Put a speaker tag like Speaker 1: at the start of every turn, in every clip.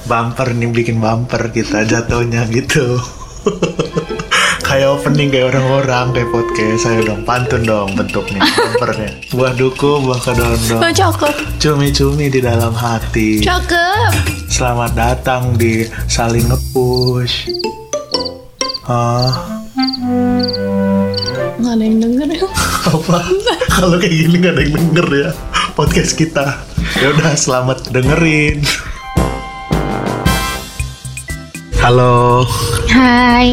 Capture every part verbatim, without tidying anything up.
Speaker 1: bumper nih, bikin bumper kita jatuhnya gitu. Kayak opening kayak orang-orang, kayak podcast. Ayo dong, pantun dong bentuknya, bumpernya. Buah duku, buah kedondong.
Speaker 2: Oh, cakep.
Speaker 1: Cumi-cumi di dalam hati.
Speaker 2: Cakep.
Speaker 1: Selamat datang di Saling Ngepush. Hah?
Speaker 2: Nggak ada yang denger ya.
Speaker 1: Apa? Kalau kayak gini nggak ada yang denger ya podcast kita. Ya udah, selamat dengerin. Halo.
Speaker 2: Hai.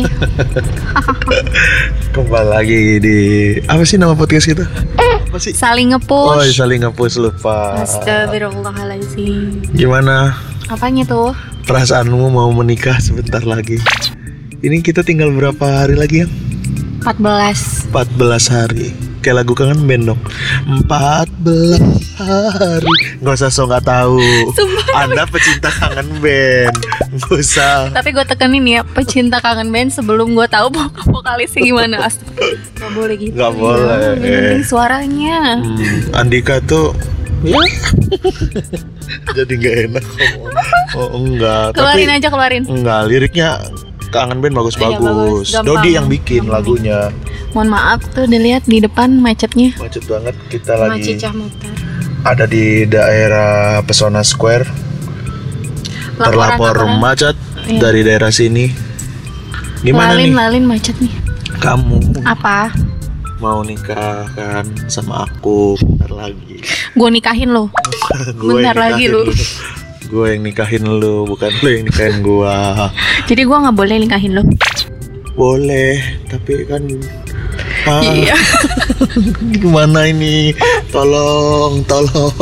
Speaker 1: Kembali lagi di apa sih nama podcast kita? Apa sih?
Speaker 2: Saling
Speaker 1: Oh,
Speaker 2: ngepush.
Speaker 1: Saling Ngepush, lupa.
Speaker 2: Astagfirullahaladzim.
Speaker 1: Gimana
Speaker 2: Apanya tuh?
Speaker 1: perasaanmu mau menikah sebentar lagi? Ini kita tinggal berapa hari lagi ya?
Speaker 2: empat belas.
Speaker 1: empat belas hari. Kayak lagu Kangen Band dong. empat belas hari. Nggak usah so nggak tahu.
Speaker 2: Sumpah.
Speaker 1: Anda pecinta Kangen Band. Nggak usah.
Speaker 2: Tapi gue tekenin ya, pecinta Kangen Band sebelum gue tahu vokalisnya gimana. Astaga. Gak boleh gitu.
Speaker 1: Nggak boleh.
Speaker 2: Ya. Dengerin suaranya.
Speaker 1: Hmm, Andika tuh ya. Jadi nggak enak ngomong. Oh enggak.
Speaker 2: Keluarin
Speaker 1: Tapi
Speaker 2: aja, keluarin.
Speaker 1: enggak, liriknya Kangen Band bagus-bagus.
Speaker 2: Iya, bagus. Gampang.
Speaker 1: Dodi yang bikin
Speaker 2: Gampang.
Speaker 1: lagunya.
Speaker 2: Mohon maaf tuh, dilihat di depan macetnya.
Speaker 1: Macet banget. Kita
Speaker 2: Sama
Speaker 1: lagi
Speaker 2: Cicah Mukhtar.
Speaker 1: ada di daerah Pesona Square. Terlapor
Speaker 2: Laporan-laporan.
Speaker 1: macet
Speaker 2: Iya.
Speaker 1: dari daerah sini. Gimana
Speaker 2: lalin,
Speaker 1: nih?
Speaker 2: Lalin macet nih.
Speaker 1: Kamu
Speaker 2: Apa?
Speaker 1: mau nikah kan sama aku bentar lagi.
Speaker 2: Gue nikahin lo.
Speaker 1: Gue
Speaker 2: Bentar lagi lu.
Speaker 1: Gue yang nikahin lu, bukan lu yang nikahin gua.
Speaker 2: Jadi gue nggak boleh nikahin lo.
Speaker 1: Boleh, tapi kan ah,
Speaker 2: Iya.
Speaker 1: gimana ini? Tolong, tolong.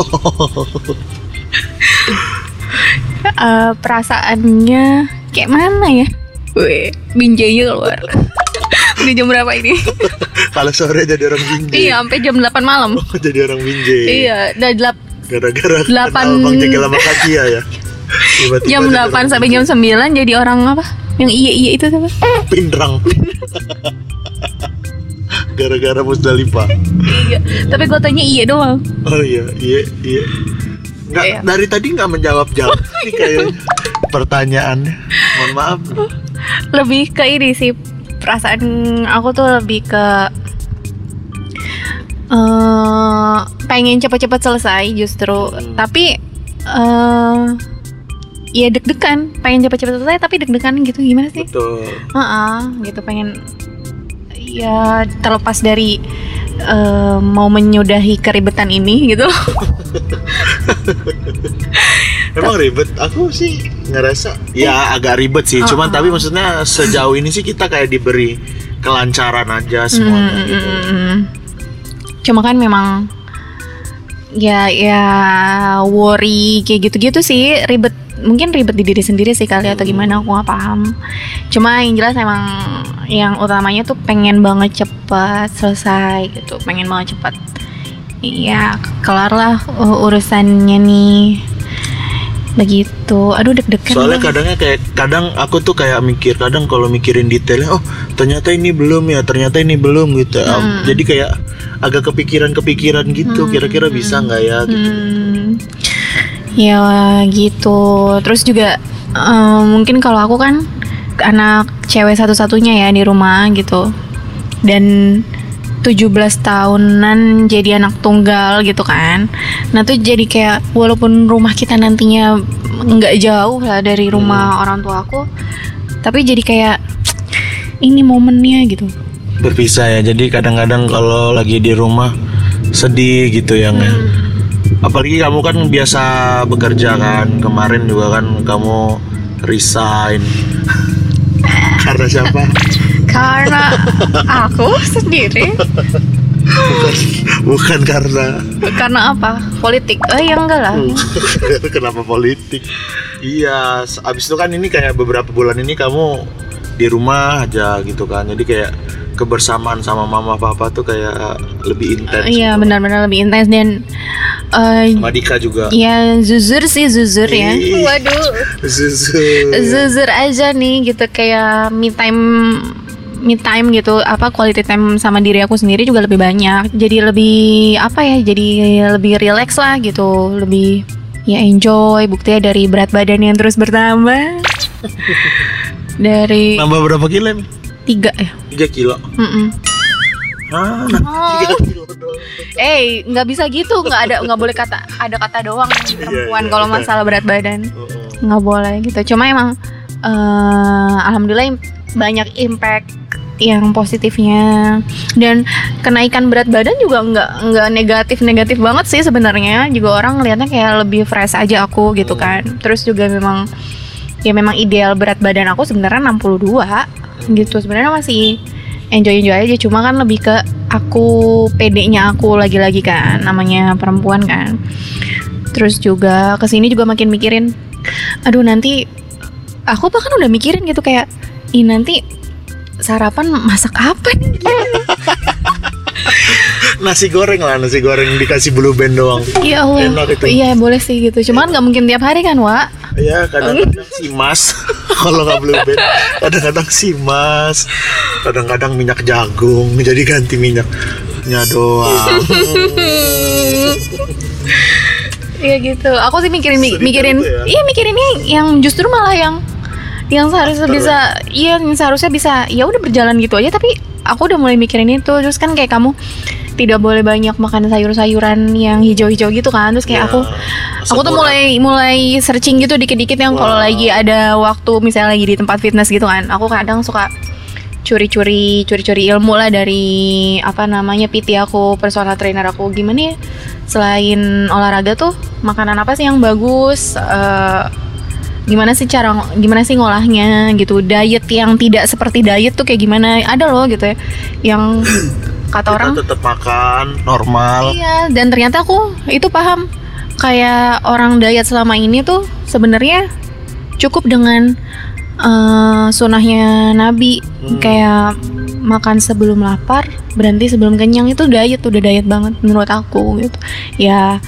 Speaker 2: Eh, perasaannya kayak mana ya? Weh, binjainya keluar. Udah jam berapa ini?
Speaker 1: Kalau sore jadi orang binjai.
Speaker 2: Iya, sampai jam delapan malam.
Speaker 1: Oh, jadi orang binjai.
Speaker 2: Iya, udah delap
Speaker 1: Gara-gara
Speaker 2: Delapan-
Speaker 1: kenal Bang Jegel sama Kacia ya. Tiba-tiba
Speaker 2: jam
Speaker 1: jadi
Speaker 2: delapan
Speaker 1: orang
Speaker 2: sampai jam sembilan jadi orang apa? Yang iya-iya itu apa?
Speaker 1: pindrang. Gara-gara Musdalifah.
Speaker 2: Iya. Tapi gue tanya iya doang.
Speaker 1: Oh iya, iya, iya. Nggak,
Speaker 2: Iya.
Speaker 1: dari tadi nggak menjawab-jawab nih kayaknya pertanyaannya. Mohon maaf.
Speaker 2: Lebih ke ini sih, perasaan aku tuh lebih ke eh pengen cepet-cepet selesai justru.
Speaker 1: Hmm.
Speaker 2: Tapi eh ya deg-degan, pengen cepet-cepet selesai tapi deg-degan gitu, gimana sih?
Speaker 1: Betul.
Speaker 2: Heeh, gitu, pengen ya terlepas dari eh, mau menyudahi keribetan ini gitu.
Speaker 1: Emang ribet? Aku sih ngerasa ya agak ribet sih. Cuman
Speaker 2: Uh-uh.
Speaker 1: tapi maksudnya sejauh ini sih kita kayak diberi kelancaran aja semuanya
Speaker 2: Hmm,
Speaker 1: gitu.
Speaker 2: hmm, hmm, hmm. Cuma kan memang ya ya worry kayak gitu-gitu sih, ribet, mungkin ribet di diri sendiri sih kali atau gimana, aku nggak paham. Cuma yang jelas emang yang utamanya tuh pengen banget cepet selesai gitu, pengen banget cepet iya kelar lah uh, urusannya nih, begitu. Aduh, deg-degan.
Speaker 1: Soalnya
Speaker 2: banget.
Speaker 1: kadangnya kayak kadang aku tuh kayak mikir, kadang kalau mikirin detailnya, oh ternyata ini belum ya, ternyata ini belum gitu.
Speaker 2: Hmm.
Speaker 1: Jadi kayak agak kepikiran-kepikiran gitu,
Speaker 2: Hmm.
Speaker 1: kira-kira bisa nggak ya gitu.
Speaker 2: Hmm, ya gitu. Terus juga eh, mungkin kalau aku kan anak cewek satu-satunya ya di rumah gitu, dan tujuh belas tahunan jadi anak tunggal gitu kan. Nah tuh jadi kayak walaupun rumah kita nantinya nggak jauh lah dari rumah orang tua aku, tapi jadi kayak ini momennya gitu.
Speaker 1: Berpisah ya, jadi kadang-kadang kalau lagi di rumah sedih gitu ya nggak? Apalagi kamu kan biasa bekerja kan, kemarin juga kan kamu resign. Karena siapa?
Speaker 2: Karena aku sendiri.
Speaker 1: Bukan, bukan karena
Speaker 2: Karena apa? Politik? Eh ya enggak lah.
Speaker 1: kenapa politik? Iya, abis itu kan ini kayak beberapa bulan ini kamu di rumah aja gitu kan, jadi kayak kebersamaan sama mama papa tuh kayak lebih intens.
Speaker 2: Iya, benar-benar lebih intens dan eh
Speaker 1: Sama Dika juga.
Speaker 2: ya zuzur sih zuzur ya.
Speaker 1: Ih.
Speaker 2: Waduh.
Speaker 1: Susu.
Speaker 2: Zuzur aja nih gitu, kayak me time me time gitu, apa quality time sama diri aku sendiri juga lebih banyak. Jadi lebih apa ya? Jadi lebih relax lah gitu, lebih ya enjoy. Buktinya dari berat badan yang terus bertambah. Dari
Speaker 1: nambah berapa kilo nih?
Speaker 2: Tiga ya.
Speaker 1: Tiga kilo.
Speaker 2: Mm-mm.
Speaker 1: Ah, nah, tiga kilo doang.
Speaker 2: Eh, nggak bisa gitu, nggak ada, nggak boleh kata ada kata doang di perempuan
Speaker 1: Iya, iya,
Speaker 2: kalau
Speaker 1: betul.
Speaker 2: masalah berat badan,
Speaker 1: Oh, oh.
Speaker 2: nggak boleh gitu. Cuma emang eh, alhamdulillah im- banyak impact yang positifnya, dan kenaikan berat badan juga nggak nggak negatif negatif banget sih sebenarnya. Juga orang ngelihatnya kayak lebih fresh aja aku gitu kan. Terus juga memang ya memang ideal berat badan aku sebenarnya enam puluh dua gitu. Sebenarnya masih enjoy-enjoy aja, cuma kan lebih ke aku pedenya aku lagi-lagi kan, namanya perempuan kan. Terus juga kesini juga makin mikirin, aduh nanti aku bahkan udah mikirin gitu kayak, ih nanti sarapan masak apa nih?
Speaker 1: Nasi goreng lah, nasi goreng dikasih blue band doang.
Speaker 2: Ya Allah,
Speaker 1: Enak itu.
Speaker 2: iya boleh sih gitu. Cuman nggak mungkin tiap hari kan, Wak?
Speaker 1: Ya kadang-kadang si mas kalau nggak blue band, kadang-kadang si mas, kadang-kadang minyak jagung, jadi ganti minyaknya doang.
Speaker 2: Iya gitu. Aku sih mikirin mi-
Speaker 1: Sedih
Speaker 2: mikirin,
Speaker 1: gitu ya?
Speaker 2: iya mikirin ini yang justru malah yang yang seharusnya
Speaker 1: After
Speaker 2: bisa, iya yang seharusnya bisa, ya udah berjalan gitu aja. Tapi aku udah mulai mikirin itu. Terus kan kayak kamu tidak boleh banyak makan sayur-sayuran yang hijau-hijau gitu kan. Terus kayak
Speaker 1: Ya,
Speaker 2: aku aku tuh
Speaker 1: asam
Speaker 2: mulai mulai searching gitu dikit-dikit yang kalau
Speaker 1: Wow.
Speaker 2: lagi ada waktu, misalnya lagi di tempat fitness gitu kan. Aku kadang suka curi-curi curi-curi ilmu lah dari apa namanya P T aku, personal trainer aku. Gimana ya, selain olahraga tuh makanan apa sih yang bagus, eh, gimana sih cara gimana sih ngolahnya gitu, diet yang tidak seperti diet tuh kayak gimana, ada loh gitu ya yang kata orang
Speaker 1: Kita tetap makan normal.
Speaker 2: iya. Dan ternyata aku itu paham, kayak orang diet selama ini tuh sebenarnya cukup dengan eh, sunahnya Nabi,
Speaker 1: Hmm.
Speaker 2: kayak makan sebelum lapar, berhenti sebelum kenyang. Itu diet, udah diet banget menurut aku gitu. Ya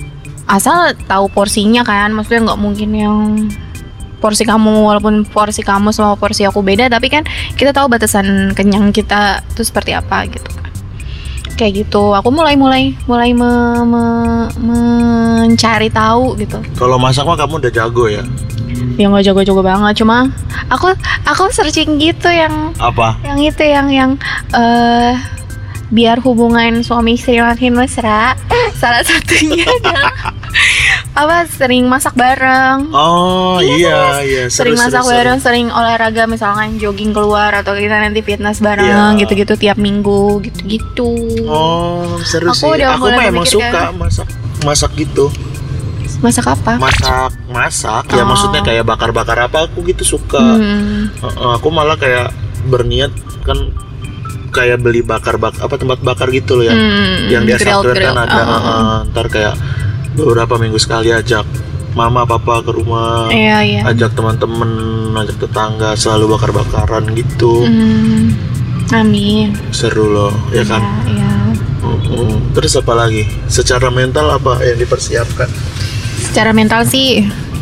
Speaker 2: asal tahu porsinya kan, maksudnya nggak mungkin yang porsi kamu, walaupun porsi kamu sama porsi aku beda, tapi kan kita tahu batasan kenyang kita tuh seperti apa gitu kan. Kayak gitu, aku mulai mulai mulai me- me- mencari tahu gitu.
Speaker 1: Kalau masak mah kamu udah jago ya.
Speaker 2: Ya nggak jago-jago banget, cuma aku aku searching gitu yang
Speaker 1: Apa?
Speaker 2: yang itu yang yang eh biar hubungan suami istri makin mesra. Salah satunya adalah apa, sering masak bareng.
Speaker 1: Oh iya iya.
Speaker 2: Sering
Speaker 1: Seru,
Speaker 2: masak
Speaker 1: seru, seru.
Speaker 2: bareng, sering olahraga, misalkan jogging keluar atau kita nanti fitness bareng
Speaker 1: Iya.
Speaker 2: gitu-gitu tiap minggu gitu-gitu.
Speaker 1: Oh seru
Speaker 2: Aku
Speaker 1: sih.
Speaker 2: udah
Speaker 1: Aku
Speaker 2: mulai
Speaker 1: mah emang
Speaker 2: memikirkan.
Speaker 1: suka masak masak gitu.
Speaker 2: Masak apa?
Speaker 1: Masak masak ya,
Speaker 2: Oh.
Speaker 1: maksudnya kayak bakar-bakar apa aku gitu suka.
Speaker 2: Hmm.
Speaker 1: Uh, aku malah kayak berniat kan kayak beli bakar-bakar apa tempat bakar gitu loh ya.
Speaker 2: Hmm,
Speaker 1: Yang dia
Speaker 2: grill,
Speaker 1: software kan
Speaker 2: grill.
Speaker 1: ada.
Speaker 2: Oh.
Speaker 1: uh, ntar kayak beberapa minggu sekali ajak mama papa ke rumah,
Speaker 2: Iya, iya.
Speaker 1: ajak teman-teman, ajak tetangga, selalu bakar-bakaran gitu.
Speaker 2: Hmm. Amin.
Speaker 1: Seru loh ya kan.
Speaker 2: Iya, iya.
Speaker 1: Mm-mm. Terus apa lagi? Secara mental apa yang dipersiapkan?
Speaker 2: Secara mental sih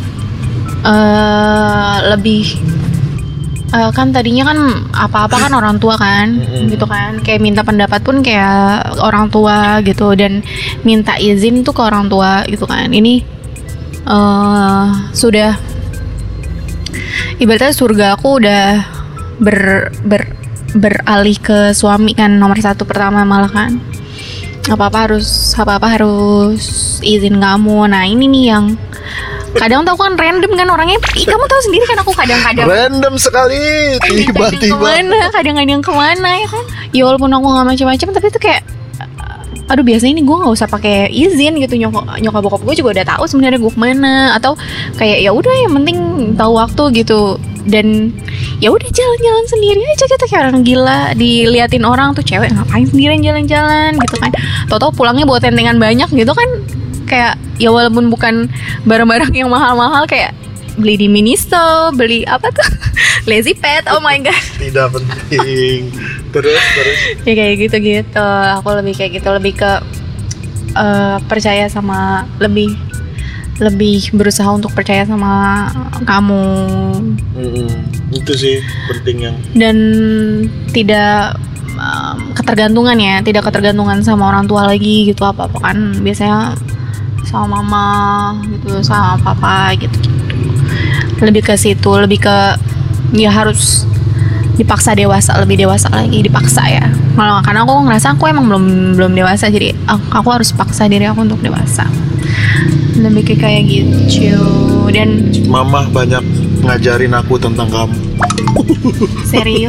Speaker 2: eh lebih eh, kan tadinya kan apa-apa kan orang tua kan,
Speaker 1: Mm-mm.
Speaker 2: gitu kan, kayak minta pendapat pun kayak orang tua gitu, dan minta izin tuh ke orang tua gitu kan. Ini eh sudah ibaratnya surga aku udah ber, ber beralih ke suami kan, nomor satu pertama malah kan. Apa-apa harus apa-apa harus izin kamu. Nah ini nih yang kadang tau kan random kan orangnya. Ih, kamu tahu sendiri kan aku kadang-kadang
Speaker 1: Random sekali,
Speaker 2: kadang
Speaker 1: tiba-tiba.
Speaker 2: kemana, kadang-kadang kemana ya kan. Ya walaupun aku nggak macam-macam, tapi itu kayak aduh biasanya ini gue nggak usah pakai izin gitu. Nyokap nyokap bokap gue juga udah tahu sebenarnya gue kemana, atau kayak ya udah yang penting tahu waktu gitu. Dan ya udah jalan-jalan sendiri aja gitu kayak orang gila, diliatin orang tuh cewek ngapain sendirian jalan-jalan gitu kan. Tau-tau pulangnya bawa tentengan banyak gitu kan. Kayak ya walaupun bukan barang-barang yang mahal-mahal, kayak beli di Miniso, beli apa tuh Lazy Pet, oh my god.
Speaker 1: Tidak penting. Terus terus.
Speaker 2: Ya kayak gitu-gitu. Aku lebih kayak gitu, lebih ke eh, percaya sama, lebih lebih berusaha untuk percaya sama kamu,
Speaker 1: Mm-mm. Itu sih penting yang.
Speaker 2: dan tidak em, ketergantungan ya, tidak ketergantungan sama orang tua lagi gitu. Apa-apa kan biasanya sama mama gitu, sama papa gitu, gitu. Lebih ke situ, lebih ke ya harus dipaksa dewasa, lebih dewasa lagi, dipaksa ya. Kalau karena aku ngerasa aku emang belum belum dewasa, jadi aku, aku harus paksa diri aku untuk dewasa. Lebih ke kayak gitu. Dan
Speaker 1: mama banyak ngajarin aku tentang kamu.
Speaker 2: Serius?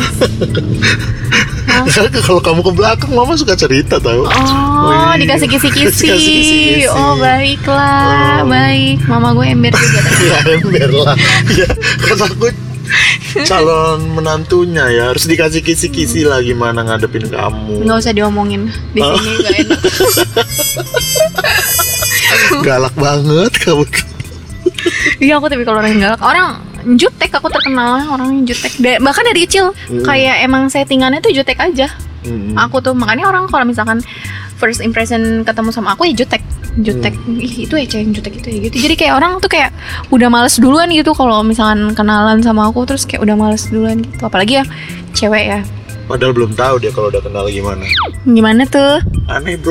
Speaker 1: Kalau kamu ke belakang, mama suka cerita tahu.
Speaker 2: Oh,
Speaker 1: Wih,
Speaker 2: dikasih kisi-kisi.
Speaker 1: dikasih kisi-kisi.
Speaker 2: Oh, baiklah,
Speaker 1: Oh.
Speaker 2: baik. Mama gue ember juga.
Speaker 1: Ya ember lah. Ya, kan aku calon menantunya ya, harus dikasih kisi-kisi lah gimana ngadepin kamu.
Speaker 2: Nggak usah diomongin di
Speaker 1: Oh.
Speaker 2: sini, nggak enak.
Speaker 1: Galak banget kamu.
Speaker 2: Iya, aku tapi kalau orang yang galak, orang jutek, aku terkenal orang yang jutek. Da- bahkan dari kecil
Speaker 1: Hmm.
Speaker 2: kayak emang settingannya tuh jutek aja.
Speaker 1: Mm-mm.
Speaker 2: Aku tuh makanya orang kalau misalkan first impression ketemu sama aku ya jutek, jutek. Ih, itu ya cewek yang jutek itu ya gitu. Jadi kayak orang tuh kayak udah males duluan gitu kalau misalkan kenalan sama aku, terus kayak udah males duluan gitu. Apalagi ya cewek ya.
Speaker 1: Padahal belum tahu dia kalau udah kenal gimana.
Speaker 2: Gimana tuh?
Speaker 1: Aneh bro.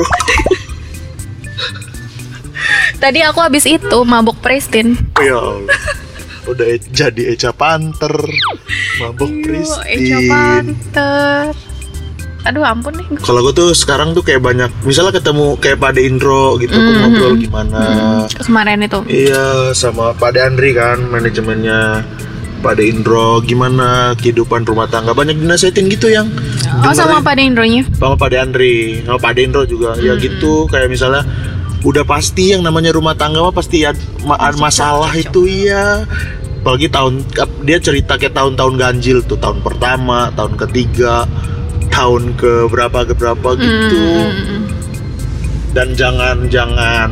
Speaker 2: Tadi aku habis itu mabuk Prestin.
Speaker 1: Ya Allah. Udah e- jadi Eca Panther, mabok Pristin.
Speaker 2: Eca Panther. Aduh ampun nih.
Speaker 1: Kalau gue tuh sekarang tuh kayak banyak, misalnya ketemu kayak Pak De Indro gitu, aku
Speaker 2: Mm-hmm.
Speaker 1: ngobrol gimana.
Speaker 2: Kemarin itu.
Speaker 1: Iya, sama Pak De Andri kan, manajemennya Pak De Indro, gimana kehidupan rumah tangga, banyak dinasihatin gitu yang
Speaker 2: Oh, sama
Speaker 1: dengerin.
Speaker 2: Pak De Indronya.
Speaker 1: Sama Pak De Andri, sama Pak De Indro juga, ya gitu, kayak misalnya udah pasti yang namanya rumah tangga mah pasti ada ma- masalah itu iya. Apalagi tahun dia cerita kayak tahun-tahun ganjil tuh, tahun pertama, tahun ketiga, tahun ke berapa ke berapa gitu.
Speaker 2: Mm.
Speaker 1: Dan jangan jangan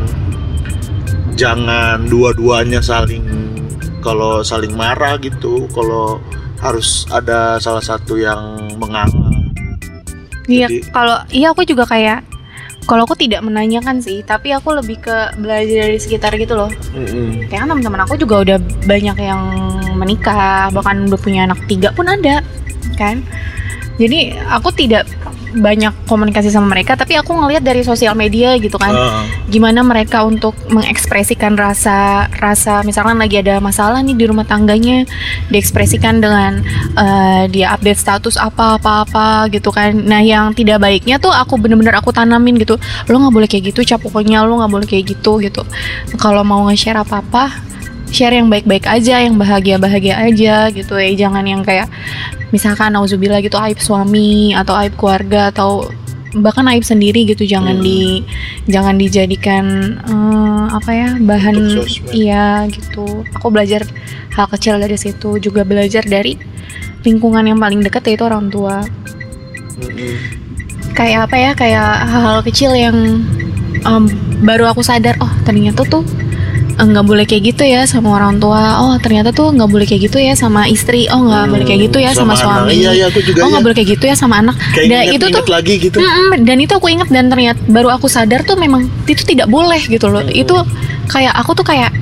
Speaker 1: jangan dua-duanya saling, kalau saling marah gitu, kalau harus ada salah satu yang menganga.
Speaker 2: Iya,
Speaker 1: Jadi-
Speaker 2: kalau iya aku juga kayak kalau aku tidak menanyakan sih, tapi aku lebih ke belajar dari sekitar gitu loh.
Speaker 1: Mm-mm.
Speaker 2: Kayak kan teman-teman aku juga udah banyak yang menikah, bahkan udah punya anak tiga pun ada, kan? Jadi aku tidak banyak komunikasi sama mereka, tapi aku ngelihat dari sosial media gitu kan,
Speaker 1: Ah.
Speaker 2: gimana mereka untuk mengekspresikan rasa rasa misalkan lagi ada masalah nih di rumah tangganya, diekspresikan dengan eh, dia update status apa apa apa gitu kan. Nah yang tidak baiknya tuh aku bener-bener aku tanamin gitu, lo nggak boleh kayak gitu, cap pokoknya lo nggak boleh kayak gitu gitu. Kalau mau nge-share apa apa, share yang baik-baik aja, yang bahagia-bahagia aja gitu ya, jangan yang kayak misalkan nauzubillah gitu aib suami atau aib keluarga atau bahkan aib sendiri gitu, jangan
Speaker 1: Hmm.
Speaker 2: di jangan dijadikan eh, apa ya bahan.
Speaker 1: Untuk sosmed.
Speaker 2: Iya gitu. Aku belajar hal kecil dari situ, juga belajar dari lingkungan yang paling dekat yaitu orang tua.
Speaker 1: Mm-mm.
Speaker 2: Kayak apa ya, kayak hal-hal kecil yang em, baru aku sadar, oh ternyata tuh eh, nggak boleh kayak gitu ya sama orang tua. Oh ternyata tuh nggak boleh kayak gitu ya sama istri. Oh nggak
Speaker 1: Hmm,
Speaker 2: boleh kayak gitu ya sama,
Speaker 1: sama anak.
Speaker 2: suami.
Speaker 1: Iya, iya, aku juga
Speaker 2: oh nggak
Speaker 1: iya.
Speaker 2: boleh kayak gitu ya sama anak.
Speaker 1: Kayak
Speaker 2: Dan
Speaker 1: inget,
Speaker 2: itu
Speaker 1: inget
Speaker 2: tuh
Speaker 1: lagi gitu.
Speaker 2: Mm-mm, dan itu aku inget, dan ternyata baru aku sadar tuh memang itu tidak boleh gitu loh.
Speaker 1: Hmm.
Speaker 2: Itu kayak aku tuh kayak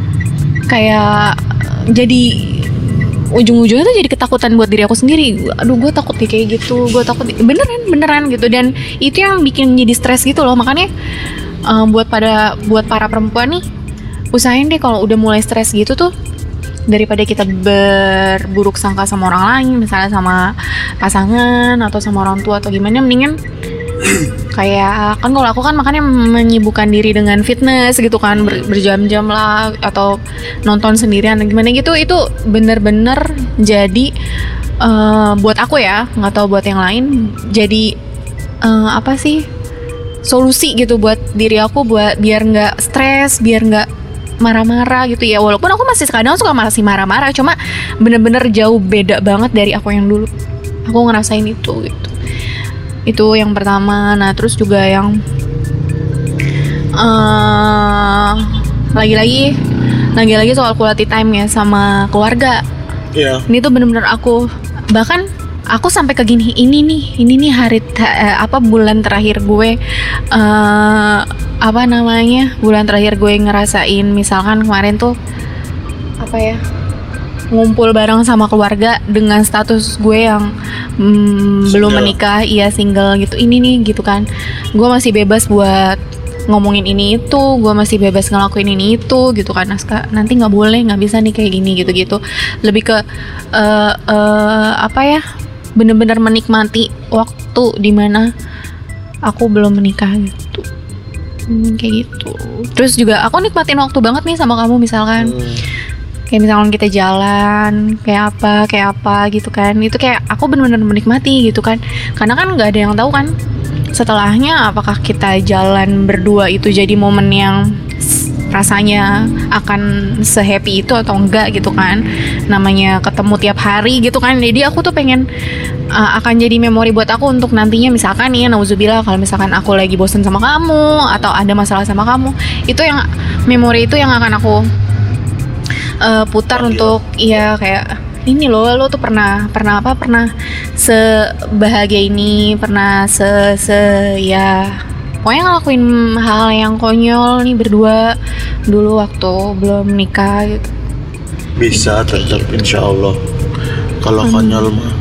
Speaker 2: kayak jadi ujung-ujungnya tuh jadi ketakutan buat diri aku sendiri. Aduh gue takut nih kayak gitu, gue takut beneran beneran gitu, dan itu yang bikin jadi stres gitu loh. Makanya eh, buat pada buat para perempuan nih, usahain deh kalau udah mulai stres gitu tuh, daripada kita berburuk sangka sama orang lain, misalnya sama pasangan atau sama orang tua atau gimana, mendingan kayak kan kalau aku kan makanya menyibukkan diri dengan fitness gitu kan, ber- berjam-jam lah, atau nonton sendirian gimana gitu. Itu bener-bener jadi eh, buat aku ya, nggak tahu buat yang lain, jadi eh, apa sih solusi gitu buat diri aku, buat biar nggak stres, biar nggak marah-marah gitu ya. Walaupun aku masih kadang suka masih marah-marah, cuma bener-bener jauh beda banget dari aku yang dulu. Aku ngerasain itu gitu. Itu yang pertama. Nah terus juga yang eh, lagi-lagi lagi-lagi soal quality time ya sama keluarga.
Speaker 1: Iya.
Speaker 2: Ini tuh bener-bener aku, bahkan aku sampai ke gini, ini nih ini nih hari ta- eh, apa bulan terakhir gue eh apa namanya bulan terakhir gue ngerasain, misalkan kemarin tuh apa ya, ngumpul bareng sama keluarga dengan status gue yang mm, belum
Speaker 1: Single.
Speaker 2: menikah, iya single gitu, ini nih gitu kan, gue masih bebas buat ngomongin ini itu, gue masih bebas ngelakuin ini itu gitu kan. Naskah nanti nggak boleh, nggak bisa nih kayak gini gitu-gitu. Lebih ke uh, uh, apa ya, bener-bener menikmati waktu dimana aku belum menikah gitu. Hmm, kayak gitu. Terus juga aku nikmatin waktu banget nih sama kamu misalkan. Hmm. Kayak misalkan kita jalan, kayak apa, kayak apa gitu kan. Itu kayak aku benar-benar menikmati gitu kan. Karena kan nggak ada yang tahu kan setelahnya apakah kita jalan berdua itu jadi momen yang rasanya akan se-happy itu atau enggak gitu kan. Namanya ketemu tiap hari gitu kan. Jadi aku tuh pengen uh, akan jadi memori buat aku untuk nantinya misalkan nih, nauzubillah, kalau misalkan aku lagi bosen sama kamu atau ada masalah sama kamu, itu yang memori itu yang akan aku Uh, putar oh, untuk iya kayak ini loh, lo tuh pernah pernah apa pernah sebahagia ini, pernah se se ya pokoknya ngelakuin hal yang konyol nih berdua dulu waktu belum nikah gitu.
Speaker 1: Bisa tetap insya Allah kalau hmm. konyol mah.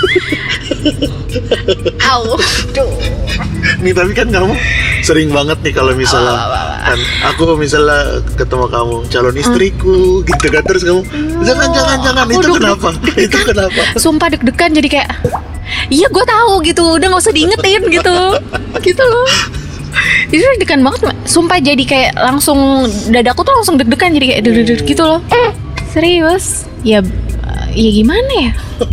Speaker 2: Au, tuh.
Speaker 1: Nih tapi kan kamu sering banget nih kalau misalnya oh, kan aku misalnya ketemu kamu calon istriku hmm. gitu kan, terus kamu jangan jangan jangan itu kenapa itu kenapa
Speaker 2: sumpah deg-degan jadi kayak iya gue tahu gitu, udah nggak usah diingetin gitu gitu loh. Itu deg-degan banget sumpah, jadi kayak langsung dadaku tuh langsung deg-degan jadi kayak deg-deg gitu loh. Serius ya, ya gimana ya.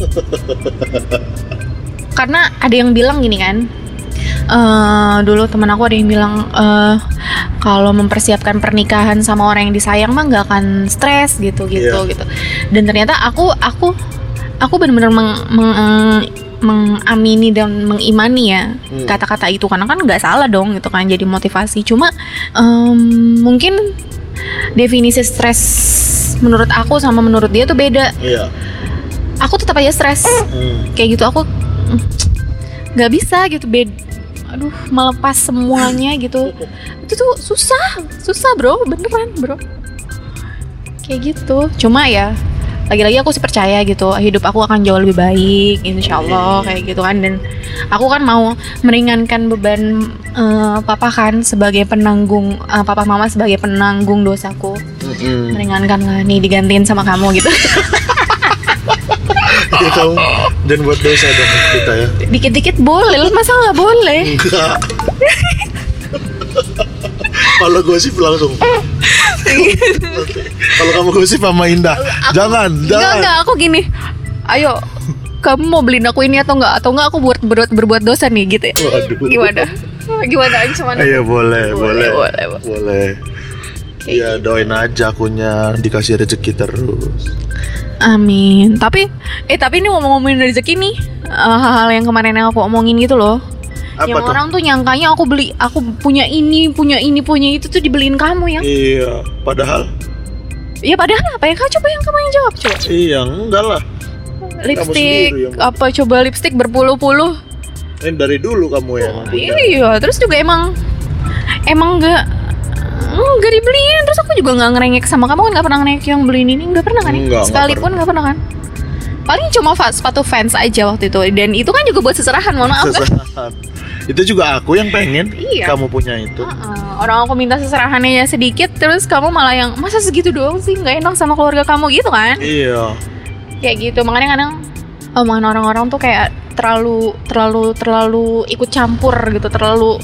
Speaker 2: Karena ada yang bilang gini kan, uh, dulu teman aku ada yang bilang uh, kalau mempersiapkan pernikahan sama orang yang disayang mah nggak akan stres gitu gitu yeah. gitu. Dan ternyata aku aku aku benar-benar meng, meng, mengamini dan mengimani ya hmm. kata-kata itu, karena kan nggak salah dong gitu kan, jadi motivasi. Cuma um, mungkin definisi stres menurut aku sama menurut dia tuh beda.
Speaker 1: Yeah.
Speaker 2: Aku tetap aja stres hmm. kayak gitu, aku nggak bisa gitu bed aduh melepas semuanya gitu. Itu tuh susah susah bro, beneran bro kayak gitu. Cuma ya lagi-lagi aku sih percaya gitu hidup aku akan jauh lebih baik insyaallah kayak gitu kan. Dan aku kan mau meringankan beban uh, papa kan sebagai penanggung uh, papa mama sebagai penanggung dosaku. Mm-hmm. Meringankan lah nih, digantiin sama kamu gitu.
Speaker 1: Ya kamu dan buat dosa dong kita ya.
Speaker 2: Dikit-dikit boleh, masa nggak boleh?
Speaker 1: Enggak. Kalau gosip langsung. Kalau kamu gosip sama Indah, aku, jangan,
Speaker 2: enggak,
Speaker 1: jangan.
Speaker 2: Enggak, aku gini. Ayo, kamu mau beliin aku ini atau enggak? Atau enggak aku buat berbuat, berbuat dosa nih gitu ya? Waduh. Gimana? Gimana aja cuman?
Speaker 1: Iya boleh, boleh,
Speaker 2: boleh, boleh.
Speaker 1: boleh. Ya doain aja akunya dikasih rezeki terus.
Speaker 2: Amin. Tapi, eh tapi ini ngomong-ngomongin rezeki nih, uh, hal-hal yang kemarin yang aku omongin gitu loh. Apa yang tuh? Orang tuh nyangkanya aku beli, aku punya ini, punya ini, punya itu tuh dibeliin kamu ya?
Speaker 1: Iya, padahal.
Speaker 2: Iya padahal apa ya? Kau coba yang kamu yang jawab coba.
Speaker 1: Iya, enggak lah.
Speaker 2: Lipstick, apa coba lipstick berpuluh-puluh?
Speaker 1: Ini dari dulu kamu yang
Speaker 2: oh, punya. Iya, terus juga emang, emang enggak. Enggak dibeliin, terus aku juga nggak ngerengek sama kamu kan, nggak pernah ngerengek yang beliin ini, nggak pernah kan?
Speaker 1: Enggak,
Speaker 2: sekalipun nggak pernah kan? Paling cuma sepatu Vans aja waktu itu, dan itu kan juga buat seserahan, mohon maaf kan?
Speaker 1: Itu juga aku yang pengen
Speaker 2: iya.
Speaker 1: Kamu punya itu.
Speaker 2: Uh-uh. Orang aku minta seserahannya ya sedikit, terus kamu malah yang masa segitu doang sih, nggak enak sama keluarga kamu gitu kan?
Speaker 1: Iya.
Speaker 2: Kayak gitu, makanya kadang omongan orang-orang tuh kayak terlalu terlalu terlalu ikut campur gitu, terlalu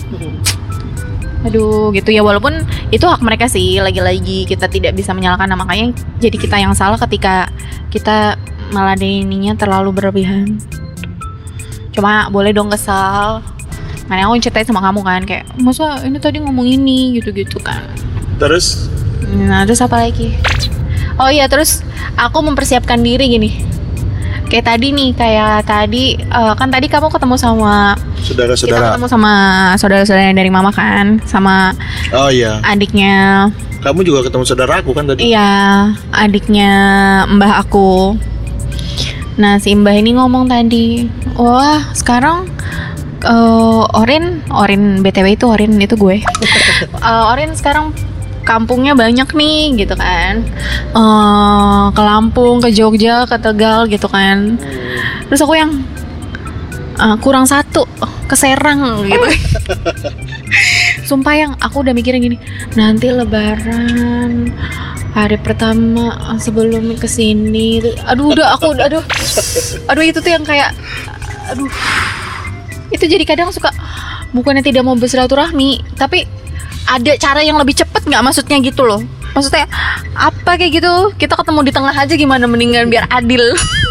Speaker 2: aduh gitu ya. Walaupun itu hak mereka sih, lagi-lagi kita tidak bisa menyalahkan, makanya jadi kita yang salah ketika kita meladeninya terlalu berlebihan. Cuma boleh dong kesal. Makanya aku ceritain sama kamu kan, kayak masa ini tadi ngomong ini gitu-gitu kan.
Speaker 1: Terus?
Speaker 2: Nah terus apa lagi? Oh iya, terus aku mempersiapkan diri gini. Kayak tadi nih, kayak tadi uh, kan tadi kamu ketemu sama
Speaker 1: saudara-saudara.
Speaker 2: Kita ketemu sama saudara-saudara dari mama kan, sama
Speaker 1: oh iya
Speaker 2: adiknya.
Speaker 1: Kamu juga ketemu saudara aku kan tadi?
Speaker 2: Iya, adiknya mbah aku. Nah si mbah ini ngomong tadi, wah sekarang uh, Orin, Orin B T W itu Orin itu gue. uh, Orin sekarang kampungnya banyak nih gitu kan, uh, ke Lampung, ke Jogja, ke Tegal gitu kan. Terus aku yang uh, kurang satu, ke Serang gitu. sumpah yang aku udah mikirin gini, nanti lebaran hari pertama sebelum kesini, aduh udah aku udah aduh, aduh itu tuh yang kayak, aduh, itu jadi kadang suka bukannya tidak mau bersilaturahmi, tapi ada cara yang lebih cepet nggak maksudnya gitu loh, maksudnya apa kayak gitu, kita ketemu di tengah aja gimana, mendingan biar adil.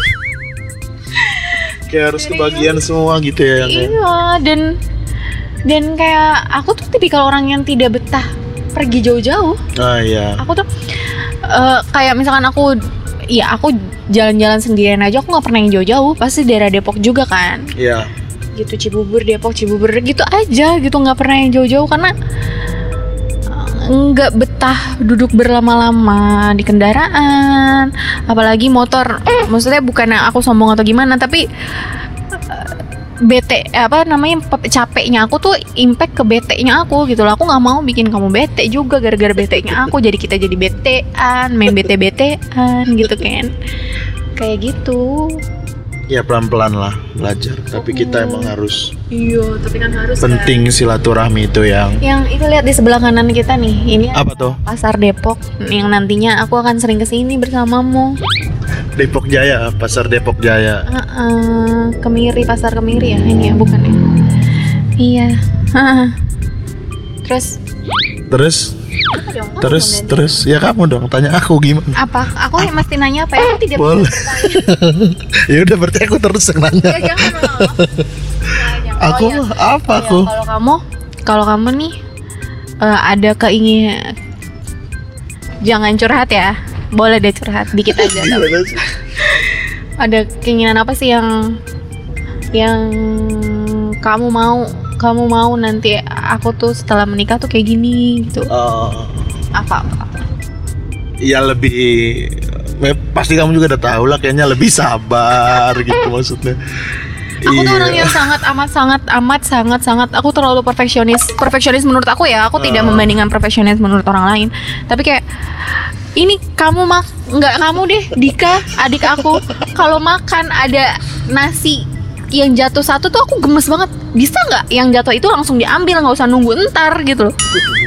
Speaker 1: Kayak harus kebagian semua gitu ya yang kayak.
Speaker 2: Iya, dan dan kayak aku tuh tipikal orang yang tidak betah pergi jauh-jauh.
Speaker 1: Ah iya.
Speaker 2: Aku tuh uh, kayak misalkan aku, ya aku jalan-jalan sendirian aja, aku nggak pernah yang jauh-jauh, pasti daerah Depok juga kan.
Speaker 1: Iya.
Speaker 2: Gitu, Cibubur, Depok, Cibubur gitu aja gitu, nggak pernah yang jauh-jauh karena nggak betah duduk berlama-lama di kendaraan, apalagi motor. Maksudnya bukan aku sombong atau gimana, tapi bete apa namanya capeknya aku tuh impact ke bete-nya aku gitu loh. Aku nggak mau bikin kamu bete juga gara-gara bete-nya aku, jadi kita jadi betean, main bete-betean gitu kan, kayak gitu.
Speaker 1: Ya pelan-pelan lah belajar, tapi kita emang harus.
Speaker 2: Iya, tapi kan harus
Speaker 1: penting kan? Silaturahmi itu yang.
Speaker 2: Yang itu lihat di sebelah kanan kita nih, ini
Speaker 1: apa tuh?
Speaker 2: Pasar Depok yang nantinya aku akan sering kesini bersamamu.
Speaker 1: Depok Jaya, Pasar Depok Jaya.
Speaker 2: Uh, uh, Kemiri, Pasar Kemiri ya ini ya, bukan ya? Iya. Terus?
Speaker 1: Terus?
Speaker 2: Dong,
Speaker 1: terus,
Speaker 2: dong,
Speaker 1: terus, ya kamu dong, tanya aku gimana?
Speaker 2: Apa? Aku yang mesti nanya apa ya? Aku tidak
Speaker 1: boleh. Ya udah, berarti aku terus yang nanya.
Speaker 2: Ya jangan loh. Nah,
Speaker 1: aku
Speaker 2: oh, ya.
Speaker 1: apa
Speaker 2: Ya,
Speaker 1: aku?
Speaker 2: Kalau kamu, kalau kamu nih uh, ada keinginan, jangan curhat ya. Boleh deh curhat dikit aja. Ada keinginan apa sih yang yang kamu mau kamu mau nanti aku tuh setelah menikah tuh kayak gini gitu?
Speaker 1: Uh,
Speaker 2: apa apa?
Speaker 1: Ya lebih, ya, pasti kamu juga udah tahu lah, kayaknya lebih sabar gitu maksudnya.
Speaker 2: Aku
Speaker 1: iya.
Speaker 2: tuh orang yang sangat amat sangat amat sangat sangat aku terlalu perfeksionis. Perfeksionis menurut aku ya, aku uh. tidak membandingkan perfeksionis menurut orang lain. Tapi kayak ini kamu mak nggak kamu deh, Dika, adik aku, kalau makan ada nasi yang jatuh satu tuh aku gemes banget. Bisa nggak yang jatuh itu langsung diambil, nggak usah nunggu entar gitu loh.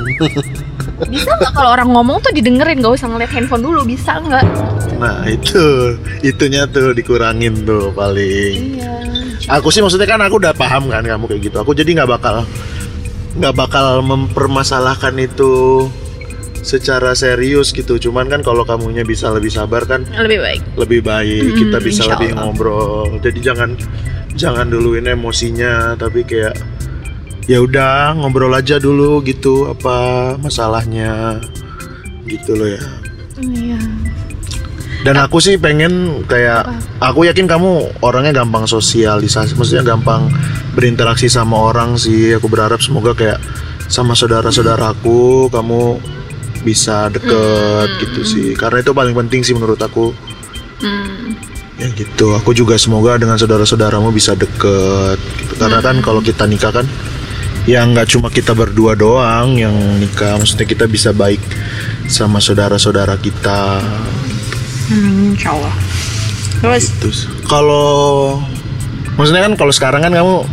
Speaker 2: Bisa nggak kalau orang ngomong tuh didengerin, nggak usah ngeliat handphone dulu, bisa nggak?
Speaker 1: Nah itu, itunya tuh dikurangin tuh paling.
Speaker 2: Iya.
Speaker 1: Aku sih maksudnya kan aku udah paham kan kamu kayak gitu. Aku jadi nggak bakal nggak bakal mempermasalahkan itu secara serius gitu. Cuman kan kalau kamunya bisa lebih sabar kan
Speaker 2: lebih baik.
Speaker 1: Lebih baik hmm, kita bisa lebih
Speaker 2: Allah.
Speaker 1: ngobrol. Jadi jangan jangan duluin emosinya, tapi kayak ya udah ngobrol aja dulu gitu, apa masalahnya gitu loh ya.
Speaker 2: Iya.
Speaker 1: Dan aku sih pengen kayak apa? Aku yakin kamu orangnya gampang sosialisasi, maksudnya gampang berinteraksi sama orang sih. Aku berharap semoga kayak sama saudara-saudaraku kamu bisa deket hmm. gitu sih, karena itu paling penting sih menurut aku. Hmm. Ya gitu, aku juga semoga dengan saudara-saudaramu bisa deket gitu. Karena hmm. kan kalau kita nikah kan ya nggak cuma kita berdua doang yang nikah, maksudnya kita bisa baik sama saudara-saudara kita.
Speaker 2: Hmm, insya Allah. Terus
Speaker 1: gitu. Kalau maksudnya kan kalau sekarang kan kamu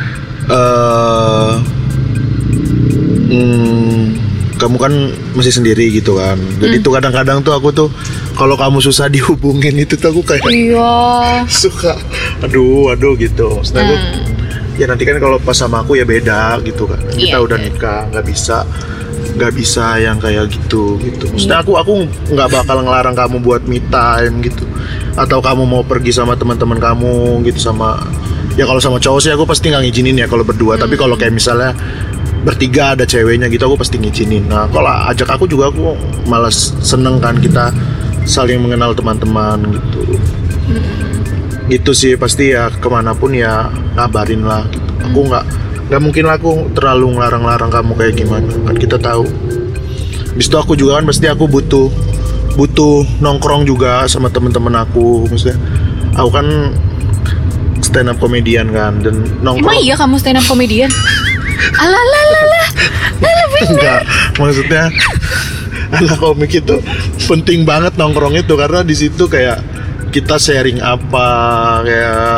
Speaker 1: uh, hmm, kamu kan masih sendiri gitu kan. Jadi hmm. tuh kadang-kadang tuh aku tuh kalau kamu susah dihubungin itu tuh aku kayak
Speaker 2: iya.
Speaker 1: suka aduh aduh gitu. Maksudnya hmm. aku, ya nanti kan kalau pas sama aku ya beda gitu kan. Kita yeah, udah yeah. nikah, nggak bisa nggak bisa yang kayak gitu gitu. Maksudnya yeah. aku aku nggak bakal ngelarang kamu buat me time gitu. Atau kamu mau pergi sama teman-teman kamu gitu, sama ya kalau sama cowok sih aku pasti nggak ngizinin ya kalau berdua. Hmm. Tapi kalau kayak misalnya bertiga ada ceweknya gitu aku pasti ngizinin. Nah kalau ajak aku juga aku malas seneng kan, kita saling mengenal teman-teman gitu. Hmm. Gitu sih, pasti ya kemanapun ya ngabarin lah gitu. Hmm. Aku nggak nggak mungkin lah aku terlalu ngelarang-larang kamu kayak gimana, kan kita tahu. Habis itu aku juga kan pasti aku butuh butuh nongkrong juga sama teman-teman aku. Maksudnya aku kan stand up comedian kan, dan nongkrong.
Speaker 2: Emang iya kamu stand up comedian? Alalala,
Speaker 1: enggak, maksudnya anak komik itu penting banget nongkrong itu, karena di situ kayak kita sharing apa, kayak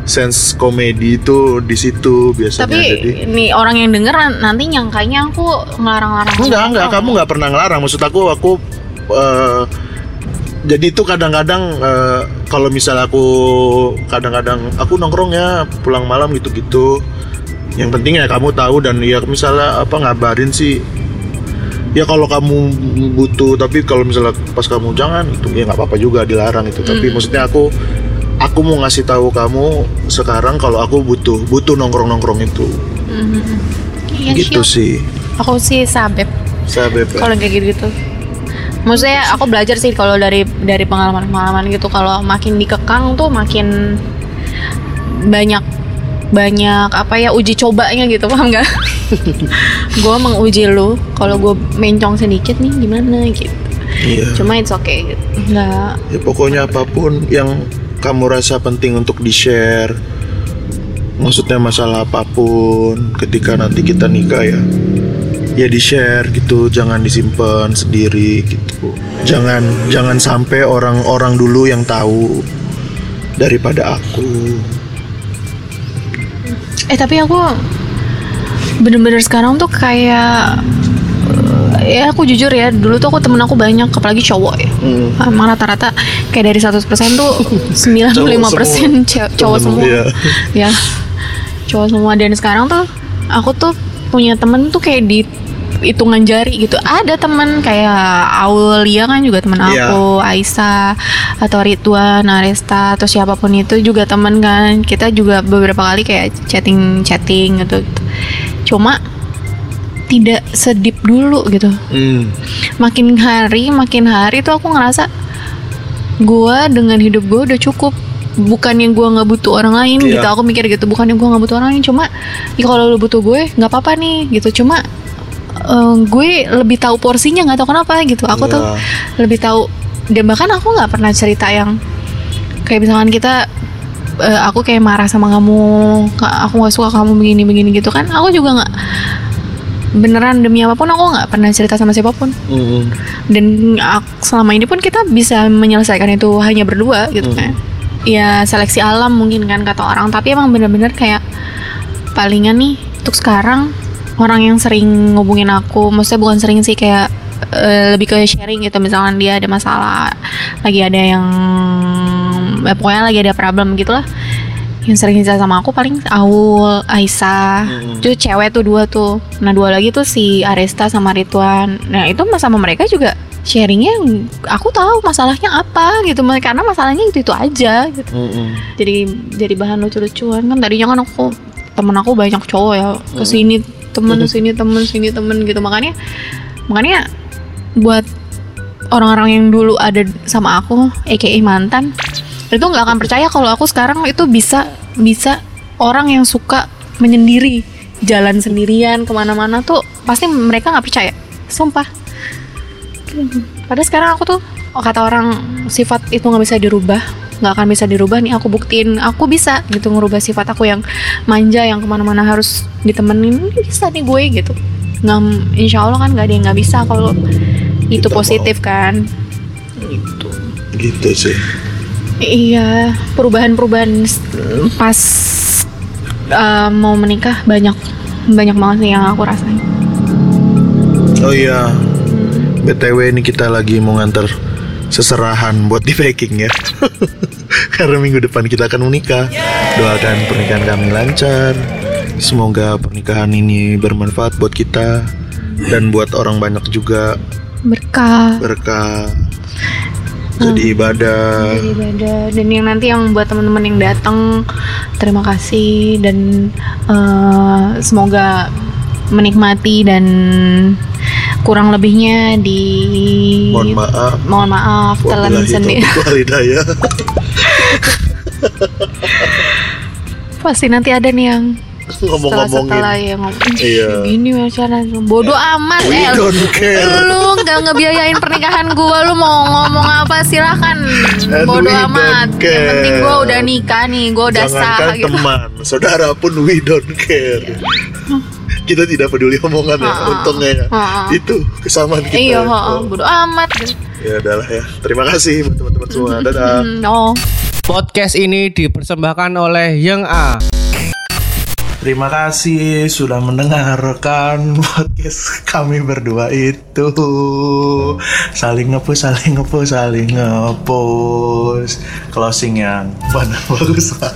Speaker 1: sense komedi itu di situ biasanya.
Speaker 2: Tapi
Speaker 1: Jadi
Speaker 2: nih orang yang denger nanti nyangkanya aku ngelarang-larang.
Speaker 1: enggak enggak kamu nggak pernah ngelarang, maksud aku aku uh, jadi itu kadang-kadang uh, kalau misal aku kadang-kadang aku nongkrong ya pulang malam gitu-gitu. Yang penting ya kamu tahu, dan ya misalnya apa ngabarin sih. Ya kalau kamu butuh, tapi kalau misalnya pas kamu jangan itu ya nggak apa-apa juga dilarang itu. Tapi
Speaker 2: Mm.
Speaker 1: maksudnya aku aku mau ngasih tahu kamu sekarang kalau aku butuh butuh nongkrong-nongkrong itu.
Speaker 2: Mhm. Iya,
Speaker 1: Gitu
Speaker 2: siap.
Speaker 1: sih.
Speaker 2: Aku sih sabep
Speaker 1: Sabep.
Speaker 2: kalau kayak gitu-gitu. Maksudnya aku belajar sih kalau dari dari pengalaman-pengalaman gitu, kalau makin dikekang tuh makin banyak banyak apa ya uji cobanya gitu, paham nggak? Gue menguji lu, kalau gue mencong sedikit nih gimana gitu.
Speaker 1: Iya.
Speaker 2: Cuma it's okay gitu. Nggak.
Speaker 1: Ya pokoknya apapun yang kamu rasa penting untuk di-share, maksudnya masalah apapun ketika nanti kita nikah ya ya di-share gitu, jangan disimpan sendiri gitu. Jangan jangan sampai orang-orang dulu yang tahu daripada aku.
Speaker 2: Eh tapi aku bener-bener sekarang tuh kayak eh, ya aku jujur ya, dulu tuh aku temen aku banyak, apalagi cowok ya.
Speaker 1: Hmm.
Speaker 2: Emang rata-rata kayak dari seratus persen tuh sembilan puluh lima persen ce- cowok
Speaker 1: Temen,
Speaker 2: semua.
Speaker 1: iya.
Speaker 2: Ya. Cowok semua. Dan sekarang tuh aku tuh punya temen tuh kayak di hitungan jari gitu. Ada temen kayak Aulia kan juga temen
Speaker 1: Iya.
Speaker 2: aku, Aisyah atau Ridwan, Aresta atau siapapun itu juga temen kan. Kita juga beberapa kali kayak chatting-chatting gitu, gitu. Cuma tidak sedip dulu gitu.
Speaker 1: Hmm.
Speaker 2: Makin hari makin hari tuh aku ngerasa gue dengan hidup gue udah cukup. Bukannya gue nggak butuh orang lain
Speaker 1: Iya.
Speaker 2: gitu. Aku mikir gitu, bukannya gue nggak butuh orang lain, cuma ya kalau lu butuh gue nggak apa-apa nih gitu. Cuma eh, gue lebih tahu porsinya, nggak tahu kenapa gitu. Aku tuh
Speaker 1: Iya.
Speaker 2: lebih tahu. Dan bahkan aku nggak pernah cerita yang kayak misalkan kita eh, aku kayak marah sama kamu, "Kak, aku nggak suka kamu begini begini gitu kan. Aku juga nggak, beneran demi apapun aku nggak pernah cerita sama siapapun.
Speaker 1: Hmm.
Speaker 2: Dan ak- selama ini pun kita bisa menyelesaikan itu hanya berdua gitu
Speaker 1: Hmm.
Speaker 2: kan. Ya seleksi alam mungkin kan kata orang, tapi emang bener-bener kayak palingan nih untuk sekarang orang yang sering ngubungin aku, maksudnya bukan sering sih, kayak eh, lebih ke sharing gitu. Misalkan dia ada masalah, lagi ada yang ya, pokoknya lagi ada problem gitu lah, yang sering cerita sama aku paling Aul, Aisyah,
Speaker 1: Hmm.
Speaker 2: itu cewek tuh dua tuh. Nah dua lagi tuh si Aresta sama Ridwan. Nah itu mas sama mereka juga sharingnya, aku tahu masalahnya apa gitu, karena masalahnya itu itu aja gitu.
Speaker 1: Hmm.
Speaker 2: Jadi jadi bahan lucu-lucuan kan. Tadinya kan aku temen aku banyak cowok ya, kesini temen, sini temen, sini temen gitu. Makanya makanya buat orang-orang yang dulu ada sama aku, aka mantan, itu nggak akan percaya kalau aku sekarang itu bisa bisa orang yang suka menyendiri, jalan sendirian kemana-mana tuh pasti mereka nggak percaya, sumpah. Padahal sekarang aku tuh, oh, kata orang sifat itu nggak bisa dirubah, nggak akan bisa dirubah. Nih aku buktiin, aku bisa gitu ngerubah sifat aku yang manja, yang kemana-mana harus ditemenin. Bisa nih gue gitu. Nggak, insya Allah kan nggak ada yang nggak bisa kalau itu
Speaker 1: Kita
Speaker 2: positif
Speaker 1: mau.
Speaker 2: kan. Gitu.
Speaker 1: Gitu sih.
Speaker 2: Iya, perubahan-perubahan s- pas uh, mau menikah banyak banyak banget sih yang aku rasain.
Speaker 1: Oh iya, B T W ini kita lagi mau nganter seserahan buat di packing ya. Karena minggu depan kita akan menikah. Doakan pernikahan kami lancar. Semoga pernikahan ini bermanfaat buat kita dan buat orang banyak juga,
Speaker 2: Berkah.
Speaker 1: berkah. Jadi ibadah.
Speaker 2: Jadi ibadah. Dan yang nanti yang buat teman-teman yang datang, terima kasih dan uh, semoga menikmati, dan kurang lebihnya di
Speaker 1: Mohon maaf.
Speaker 2: mohon maaf telan
Speaker 1: Wabillahi
Speaker 2: sendiri.
Speaker 1: taufiq wal hidayah.
Speaker 2: Pasti nanti ada nih yang
Speaker 1: Ngomong-ngomongin.
Speaker 2: setelah ya ngomong
Speaker 1: Iya.
Speaker 2: gini cara bodoh amat.
Speaker 1: We
Speaker 2: eh
Speaker 1: don't care.
Speaker 2: lu nggak ngebiayain pernikahan gua, lu mau ngomong apa silahkan,
Speaker 1: And
Speaker 2: bodoh
Speaker 1: we
Speaker 2: amat.
Speaker 1: don't
Speaker 2: Yang penting
Speaker 1: care.
Speaker 2: gua udah nikah nih, gua udah sah
Speaker 1: Jangankan
Speaker 2: gitu.
Speaker 1: teman, saudara pun we don't care. Kita tidak peduli omongan ya,
Speaker 2: Ha-ha.
Speaker 1: untungnya ya.
Speaker 2: Ha-ha.
Speaker 1: Itu kesamaan kita.
Speaker 2: Iya,
Speaker 1: ya.
Speaker 2: oh, bodoh amat.
Speaker 1: Ya udahlah ya. Terima kasih buat teman-teman semua. Dadah.
Speaker 2: Hmm, oh.
Speaker 3: Podcast ini dipersembahkan oleh Yang A.
Speaker 1: Terima kasih sudah mendengarkan podcast kami berdua itu. Saling ngepush, saling ngepush, saling ngepush. Closing yang mana bagus lah.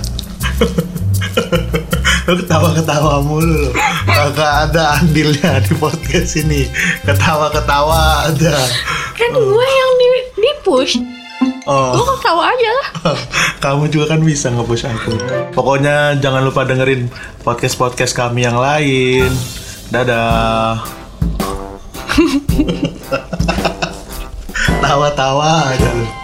Speaker 1: Lu ketawa-ketawa mulu lo. Kagak ada andilnya di podcast ini. Ketawa-ketawa ada.
Speaker 2: Kan gue yang di, di push.
Speaker 1: Oh.
Speaker 2: Gue ketawa aja lah.
Speaker 1: Kamu juga kan bisa nge-push aku. Pokoknya jangan lupa dengerin podcast-podcast kami yang lain. Dadah. Tawa-tawa aja lu.